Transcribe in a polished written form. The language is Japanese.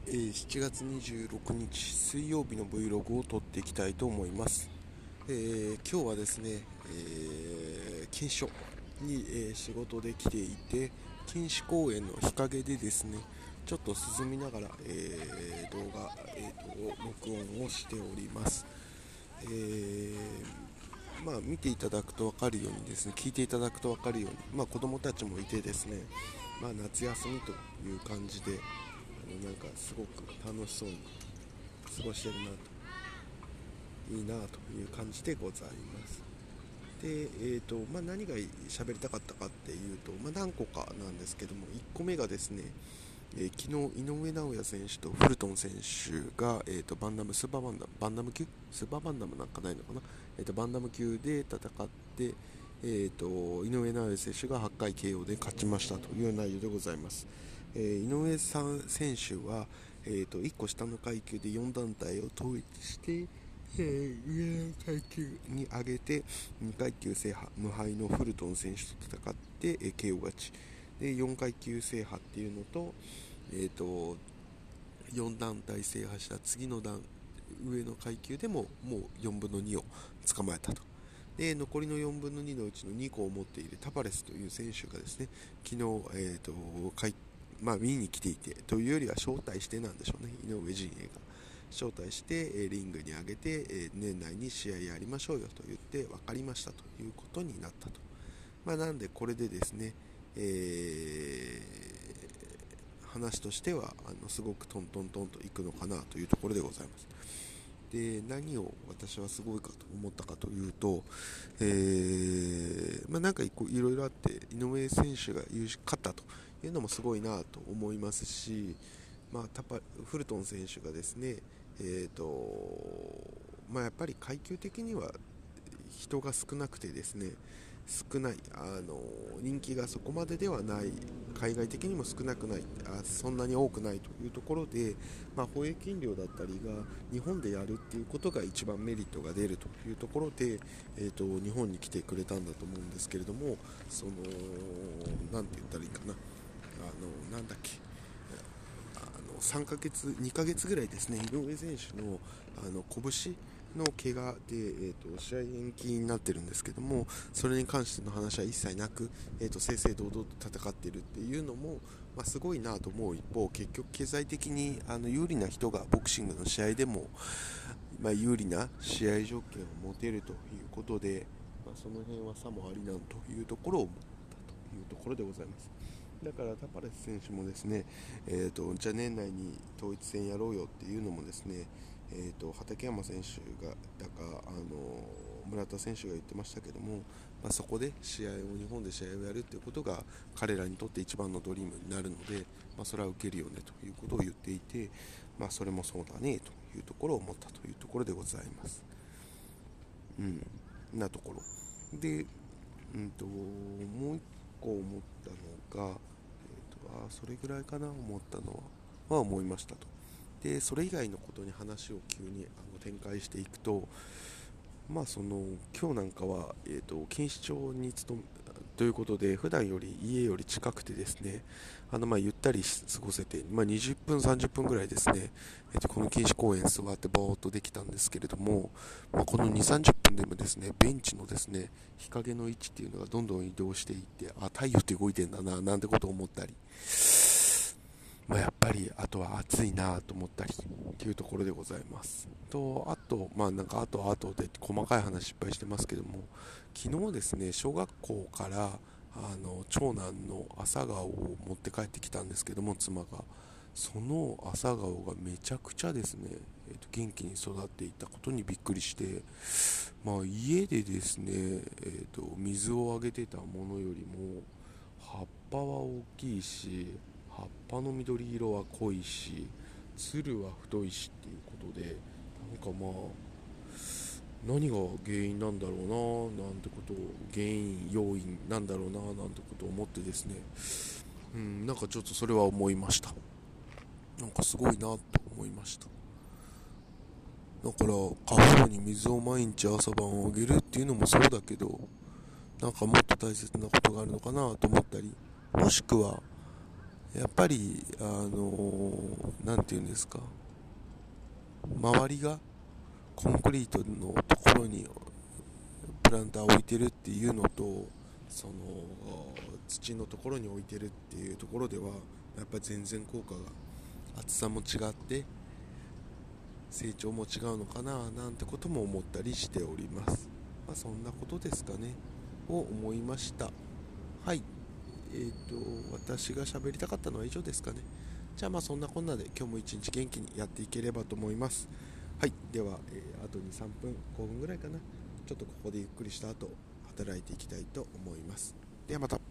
7月26日水曜日の Vlog を撮っていきたいと思います。今日はですね、錦糸町に、仕事で来ていて、錦糸公園の日陰でですねちょっと涼みながら、動画、録音をしております。見ていただくと分かるようにですね、聞いていただくと分かるように、子供たちもいてですね、夏休みという感じで、なんかすごく楽しそうに過ごしてるなと、いいなという感じでございます。で、何が喋りたかったかっていうと、何個かなんですけども、1個目がですね、昨日井上尚弥選手とフルトン選手が、バンダムスーパーバンダムバンダム級スーパーバンダムなんかないのかな、バンダム級で戦って、井上尚弥選手が8回 KO で勝ちましたという内容でございます。井上さん選手は、1個下の階級で4団体を統一して、上の階級に上げて2階級制覇無敗のフルトン選手と戦って、KO 勝ちで4階級制覇っていうのと、4団体制覇した次の上の階級でももう4分の2を捕まえたと。で残りの4分の2のうちの2個を持っているタパレスという選手がですね、昨日、見に来ていて、というよりは招待してなんでしょうね、井上陣営が招待して、リングに上げて、年内に試合やりましょうよと言って分かりましたということになったと。なんでこれでですね、話としてはすごくトントントンといくのかなというところでございます。で、何を私はすごいかと思ったかというと、なんかいろいろあって井上選手が勝ったというのもすごいなと思いますし、フルトン選手がですね、やっぱり階級的には人が少なくてですね、人気がそこまでではない、海外的にも少なくない、そんなに多くないというところで、放映権料だったりが日本でやるっていうことが一番メリットが出るというところで、日本に来てくれたんだと思うんですけれども、なんて言ったらいいかな、なんだっけ、3ヶ月2ヶ月ぐらいですね、井上選手の拳の怪我で、試合延期になってるんですけども、それに関しての話は一切なく、正々堂々と戦っているっていうのも、すごいなと思う一方、結局経済的に有利な人がボクシングの試合でも、有利な試合条件を持てるということで、その辺はさもありなんというところを思ったというところでございます。だからタパレス選手もですね、じゃあ年内に統一戦やろうよっていうのもですね、畠山選手が村田選手が言ってましたけども、そこで日本で試合をやるということが彼らにとって一番のドリームになるので、それは受けるよねということを言っていて、それもそうだねというところを思ったというところでございます。なところで、もう一個思ったのが、それぐらいかな、思ったのは思いましたと。でそれ以外のことに話を急に展開していくと、今日なんかは、錦糸町に勤めということで、普段より家より近くてですね、ゆったり過ごせて、20分30分ぐらいですね、この錦糸公園座ってぼーっとできたんですけれども、この2、30分でもですね、ベンチのですね、日陰の位置っていうのがどんどん移動していって、太陽って動いてんだななんてことを思ったり、やっぱりあとは暑いなと思ったりというところでございます。あとで細かい話いっぱいしてますけども、昨日ですね、小学校から長男の朝顔を持って帰ってきたんですけども、妻がその朝顔がめちゃくちゃですね、元気に育っていたことにびっくりして、家でですね、水をあげてたものよりも葉っぱは大きいし、葉っぱの緑色は濃いし、つるは太いしっていうことで、何が原因なんだろうななんてことを、要因なんだろうななんてことを思ってですね、なんかちょっとそれは思いました。なんかすごいなと思いました。だから花粉に水を毎日朝晩あげるっていうのもそうだけど、なんかもっと大切なことがあるのかなと思ったり、もしくはやっぱりなんていうんですか、周りがコンクリートのところにプランターを置いてるっていうのと、その土のところに置いてるっていうところではやっぱり全然効果が、厚さも違って成長も違うのかななんてことも思ったりしております。そんなことですかねを思いました。はい。私が喋りたかったのは以上ですかね。じゃあそんなこんなで今日も一日元気にやっていければと思います。はい。では、あと2、3分、5分ぐらいかな。ちょっとここでゆっくりした後、働いていきたいと思います。ではまた。